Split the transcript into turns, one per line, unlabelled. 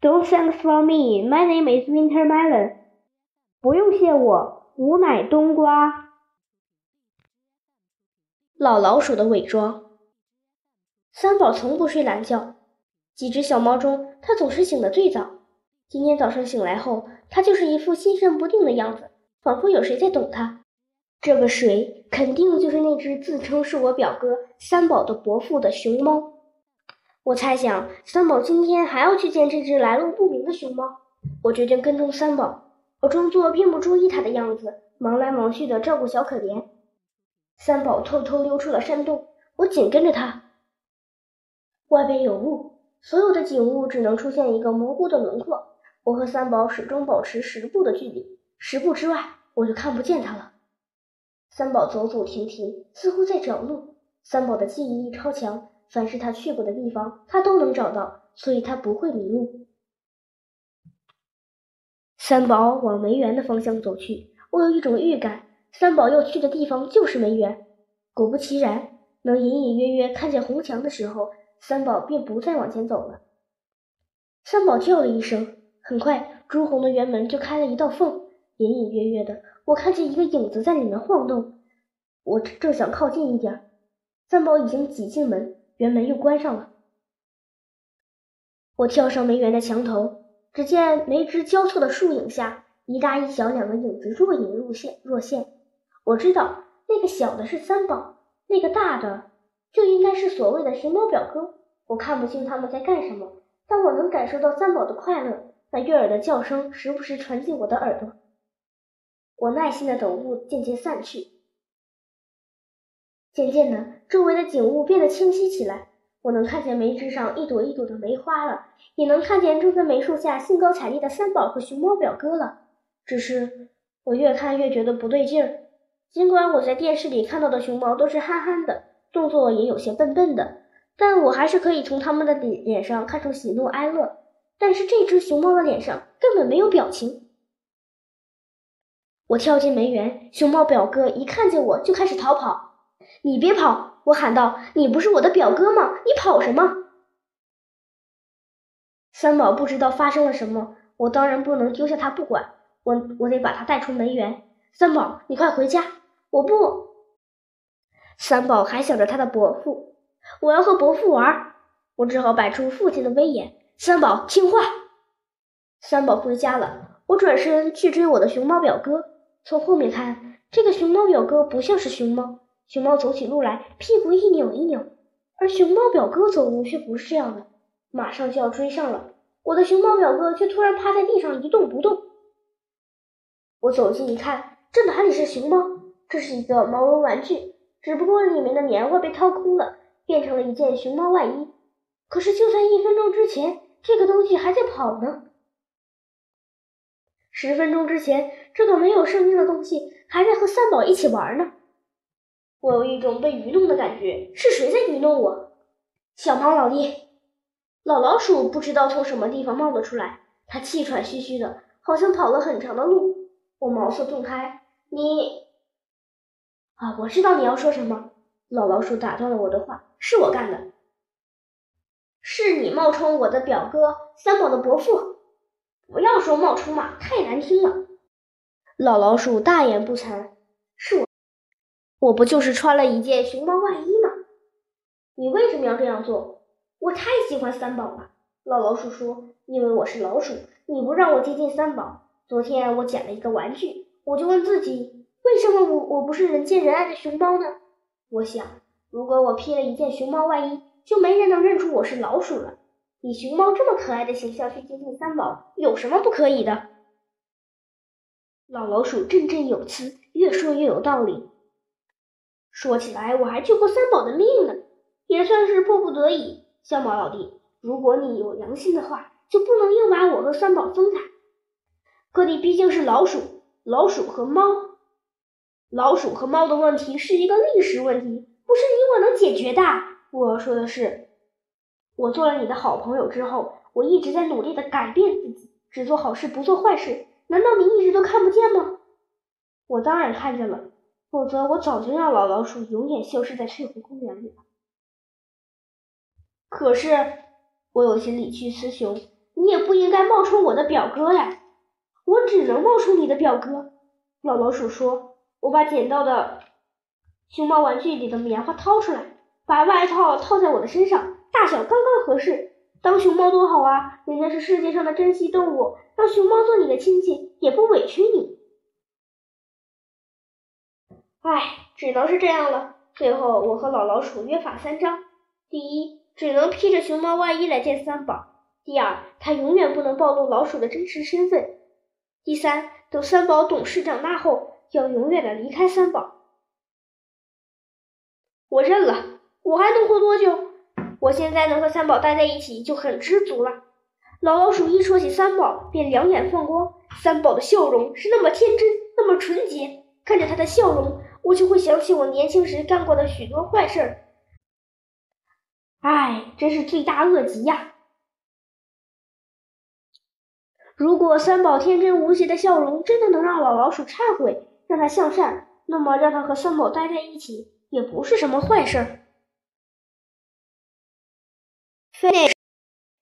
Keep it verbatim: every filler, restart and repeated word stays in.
Don't thanks for me. My name is Wintermelon. 不用谢我，吾乃冬瓜。老老鼠的伪装。三宝从不睡懒觉，几只小猫中，它总是醒得最早。今天早上醒来后，它就是一副心神不定的样子，仿佛有谁在懂它。这个谁肯定就是那只自称是我表哥三宝的伯父的熊猫。我猜想三宝今天还要去见这只来路不明的熊猫。我决定跟踪三宝，我装作并不注意他的样子，忙来忙去的照顾小可怜。三宝偷偷溜出了山洞，我紧跟着他。外边有雾，所有的景物只能出现一个模糊的轮廓。我和三宝始终保持十步的距离，十步之外我就看不见他了。三宝走走停停，似乎在找路。三宝的记忆力超强，凡是他去过的地方他都能找到，所以他不会迷路。三宝往梅园的方向走去，我有一种预感，三宝要去的地方就是梅园。果不其然，能隐隐约约看见红墙的时候，三宝便不再往前走了。三宝叫了一声，很快朱红的园门就开了一道缝，隐隐约约的我看见一个影子在里面晃动。我正想靠近一点，三宝已经挤进门，园门又关上了。我跳上梅园的墙头，只见梅枝交错的树影下，一大一小两个影子若隐若现若现。我知道那个小的是三宝，那个大的就应该是所谓的熊猫表哥。我看不清他们在干什么，但我能感受到三宝的快乐，那悦耳的叫声时不时传进我的耳朵。我耐心的等雾渐渐散去，渐渐的周围的景物变得清晰起来，我能看见梅枝上一朵一朵的梅花了，也能看见正在梅树下兴高采烈的三宝和熊猫表哥了。只是我越看越觉得不对劲儿，尽管我在电视里看到的熊猫都是憨憨的，动作也有些笨笨的，但我还是可以从它们的脸上看出喜怒哀乐。但是这只熊猫的脸上根本没有表情。我跳进梅园，熊猫表哥一看见我就开始逃跑。你别跑，我喊道，你不是我的表哥吗？你跑什么？三宝不知道发生了什么，我当然不能丢下他不管，我我得把他带出梅园。三宝，你快回家。我不。三宝还想着他的伯父，我要和伯父玩，我只好摆出父亲的威严。三宝听话。三宝回家了，我转身去追我的熊猫表哥。从后面看，这个熊猫表哥不像是熊猫，熊猫走起路来屁股一扭一扭，而熊猫表哥走路却不是这样的，马上就要追上了，我的熊猫表哥却突然趴在地上一动不动。我走近一看，这哪里是熊猫，这是一个毛绒玩具，只不过里面的棉花被掏空了，变成了一件熊猫外衣。可是就在一分钟之前，这个东西还在跑呢。十分钟之前，这个没有生命的东西还在和三宝一起玩呢。我有一种被愚弄的感觉，是谁在愚弄我？小猫老弟。老老鼠不知道从什么地方冒了出来，它气喘吁吁的，好像跑了很长的路。我茅塞顿开，你……啊，我知道你要说什么。老老鼠打断了我的话，是我干的。是你冒充我的表哥三宝的伯父。不要说冒充嘛，太难听了。老老鼠大言不惭，是我，我不就是穿了一件熊猫外衣吗？你为什么要这样做？我太喜欢三宝了。老老鼠说，因为我是老鼠，你不让我接近三宝。昨天我捡了一个玩具，我就问自己，为什么我我不是人见人爱的熊猫呢？我想，如果我披了一件熊猫外衣，就没人能认出我是老鼠了。以熊猫这么可爱的形象去接近三宝，有什么不可以的？老老鼠振振有词，越说越有道理。说起来，我还救过三宝的命呢，也算是迫不得已。小猫老弟，如果你有良心的话，就不能硬把我和三宝分开。可你毕竟是老鼠，老鼠和猫，老鼠和猫的问题是一个历史问题，不是你我能解决的。我说的是，我做了你的好朋友之后，我一直在努力的改变自己，只做好事不做坏事，难道你一直都看不见吗？我当然看见了，否则我早就让老老鼠永远消失在翠湖公园里了。可是我有些理屈词穷，你你也不应该冒充我的表哥呀。我只能冒充你的表哥。老老鼠说，我把捡到的熊猫玩具里的棉花掏出来，把外套套在我的身上，大小刚刚合适。当熊猫多好啊，人家是世界上的珍稀动物，让熊猫做你的亲戚也不委屈你。唉，只能是这样了。最后我和老老鼠约法三章：第一，只能披着熊猫外衣来见三宝；第二，他永远不能暴露老鼠的真实身份；第三，等三宝懂事长大后，要永远的离开三宝。我认了，我还能活多久？我现在能和三宝待在一起就很知足了。老老鼠一说起三宝，便两眼放光。三宝的笑容是那么天真，那么纯洁，看着他的笑容，我就会想起我年轻时干过的许多坏事儿。唉，真是罪大恶极呀！如果三宝天真无邪的笑容真的能让老老鼠忏悔，让他向善，那么让他和三宝待在一起也不是什么坏事儿。Finish